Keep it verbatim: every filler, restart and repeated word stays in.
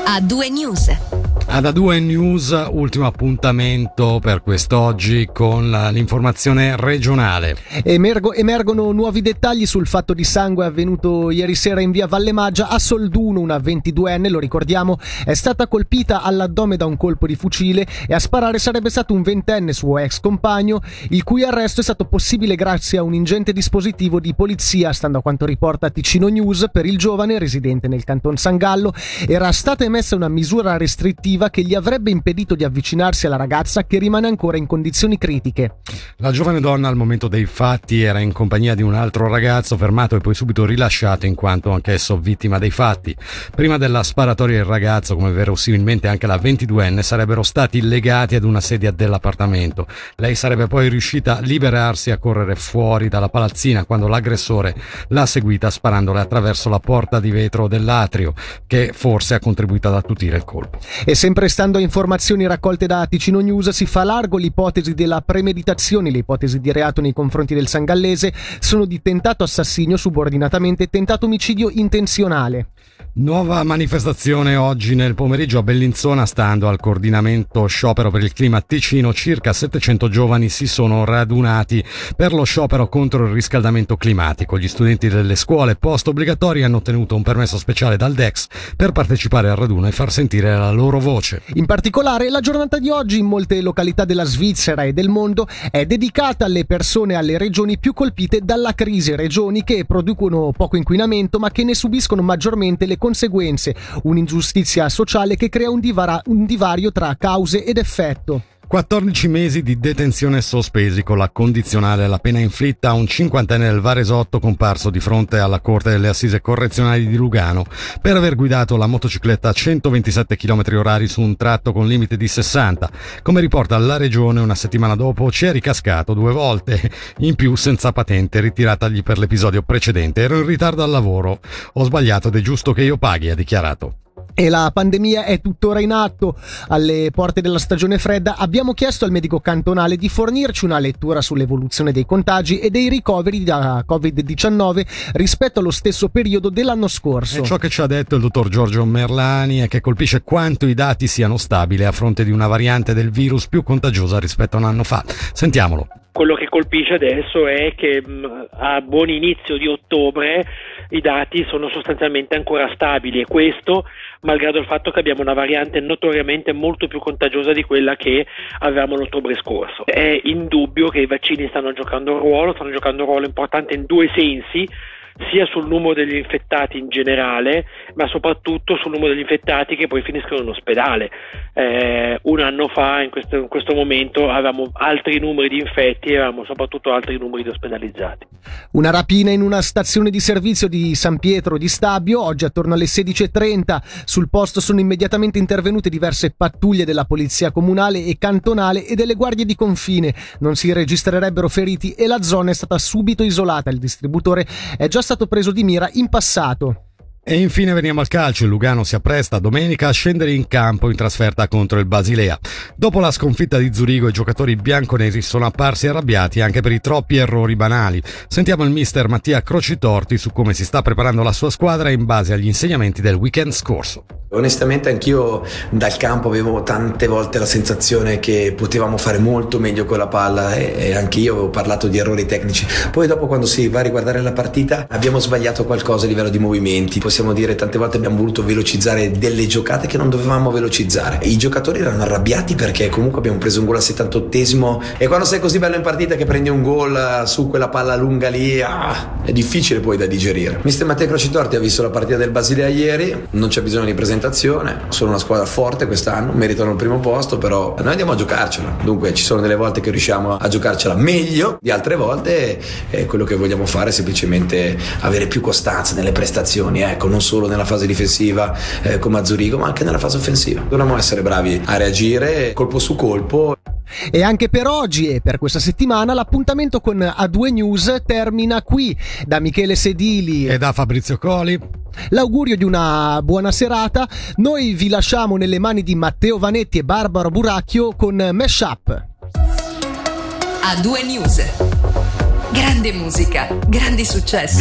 A due News. Ad A due News, ultimo appuntamento per quest'oggi con l'informazione regionale. Emergo, emergono nuovi dettagli sul fatto di sangue avvenuto ieri sera in via Valle Maggia a Solduno. Una ventiduenne, lo ricordiamo, è stata colpita all'addome da un colpo di fucile e a sparare sarebbe stato un ventenne suo ex compagno, il cui arresto è stato possibile grazie a un ingente dispositivo di polizia. Stando a quanto riporta Ticino News, per il giovane residente nel canton San Gallo era stata emessa una misura restrittiva che gli avrebbe impedito di avvicinarsi alla ragazza, che rimane ancora in condizioni critiche. La giovane donna al momento dei fatti era in compagnia di un altro ragazzo, fermato e poi subito rilasciato in quanto anch'esso vittima dei fatti. Prima della sparatoria il ragazzo, come verosimilmente anche la ventiduenne, sarebbero stati legati ad una sedia dell'appartamento. Lei sarebbe poi riuscita a liberarsi e a correre fuori dalla palazzina quando l'aggressore l'ha seguita sparandole attraverso la porta di vetro dell'atrio, che forse ha contribuito ad attutire il colpo. E sempre stando a informazioni raccolte da Ticino News, si fa largo l'ipotesi della premeditazione. Le ipotesi di reato nei confronti del sangallese sono di tentato assassinio subordinatamente e tentato omicidio intenzionale. Nuova manifestazione oggi nel pomeriggio a Bellinzona. Stando al coordinamento sciopero per il clima Ticino, circa settecento giovani si sono radunati per lo sciopero contro il riscaldamento climatico. Gli studenti delle scuole post obbligatorie hanno ottenuto un permesso speciale dal D E X per partecipare al raduno e far sentire la loro voce. In particolare, la giornata di oggi in molte località della Svizzera e del mondo è dedicata alle persone e alle regioni più colpite dalla crisi, regioni che producono poco inquinamento ma che ne subiscono maggiormente le conseguenze, un'ingiustizia sociale che crea un, divara- un divario tra cause ed effetto. quattordici mesi di detenzione sospesi con la condizionale alla pena inflitta a un cinquantenne del Varesotto comparso di fronte alla Corte delle Assise Correzionali di Lugano per aver guidato la motocicletta a centoventisette chilometri orari su un tratto con limite di sessanta. Come riporta la Regione, una settimana dopo ci è ricascato due volte, in più senza patente ritiratagli per l'episodio precedente. Ero in ritardo al lavoro, ho sbagliato ed è giusto che io paghi, ha dichiarato. E la pandemia è tuttora in atto. Alle porte della stagione fredda abbiamo chiesto al medico cantonale di fornirci una lettura sull'evoluzione dei contagi e dei ricoveri da covid diciannove rispetto allo stesso periodo dell'anno scorso. E ciò che ci ha detto il dottor Giorgio Merlani è che colpisce quanto i dati siano stabili a fronte di una variante del virus più contagiosa rispetto a un anno fa. Sentiamolo. Quello che colpisce adesso è che mh, a buon inizio di ottobre i dati sono sostanzialmente ancora stabili, e questo malgrado il fatto che abbiamo una variante notoriamente molto più contagiosa di quella che avevamo l'ottobre scorso. È indubbio che i vaccini stanno giocando un ruolo, stanno giocando un ruolo importante in due sensi, sia sul numero degli infettati in generale, ma soprattutto sul numero degli infettati che poi finiscono in ospedale. Eh, un anno fa, in questo, in questo momento, avevamo altri numeri di infetti e avevamo soprattutto altri numeri di ospedalizzati. Una rapina in una stazione di servizio di San Pietro di Stabio, oggi attorno alle sedici e trenta. Sul posto sono immediatamente intervenute diverse pattuglie della polizia comunale e cantonale e delle guardie di confine. Non si registrerebbero feriti e la zona è stata subito isolata. Il distributore è già stato preso di mira in passato. E infine veniamo al calcio. Il Lugano si appresta domenica a scendere in campo in trasferta contro il Basilea. Dopo la sconfitta di Zurigo, i giocatori bianconeri sono apparsi arrabbiati anche per i troppi errori banali. Sentiamo il mister Mattia Crocitorti su come si sta preparando la sua squadra in base agli insegnamenti del weekend scorso. Onestamente anch'io dal campo avevo tante volte la sensazione che potevamo fare molto meglio con la palla, e, e anche io avevo parlato di errori tecnici. Poi dopo, quando si va a riguardare la partita, abbiamo sbagliato qualcosa a livello di movimenti. Possiamo dire tante volte abbiamo voluto velocizzare delle giocate che non dovevamo velocizzare. I giocatori erano arrabbiati perché comunque abbiamo preso un gol al settantottesimo, e quando sei così bello in partita che prendi un gol su quella palla lunga lì, ah, è difficile poi da digerire. Mister Matteo Crocitorti ha visto la partita del Basilea ieri, non c'è bisogno di presentazione, sono una squadra forte quest'anno, meritano il primo posto, però noi andiamo a giocarcela. Dunque ci sono delle volte che riusciamo a giocarcela meglio di altre volte, e quello che vogliamo fare è semplicemente avere più costanza nelle prestazioni, ecco, non solo nella fase difensiva eh, come a Zurigo, ma anche nella fase offensiva. Dobbiamo essere bravi a reagire colpo su colpo. E anche per oggi e per questa settimana l'appuntamento con A due News termina qui. Da Michele Sedili e da Fabrizio Coli l'augurio di una buona serata. Noi vi lasciamo nelle mani di Matteo Vanetti e Barbara Buracchio con Mashup. A due News. Grande musica, grandi successi.